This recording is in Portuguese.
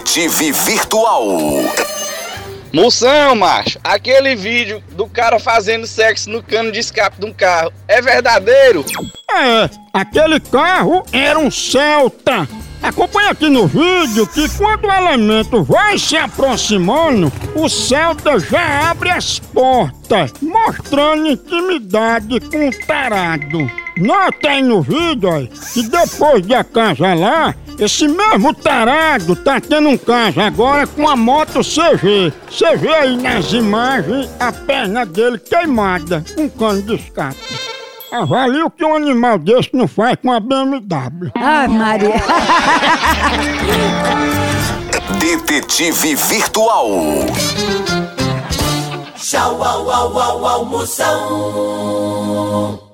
Detetive Virtual. Moção, macho, aquele vídeo do cara fazendo sexo no cano de escape de um carro é verdadeiro? É, aquele carro era um Celta. Acompanha aqui no vídeo que quando o elemento vai se aproximando, o Celta já abre as portas, mostrando intimidade com o tarado. Nota aí no vídeo, ó, que depois de acasalar, esse mesmo tarado tá tendo um caso agora com a moto CG. Você vê aí nas imagens a perna dele queimada, com cano de escape. Avalie o que um animal desse não faz com a BMW. Ai, Maria. Detetive Virtual. Tchau, au, au, au, au, Moção.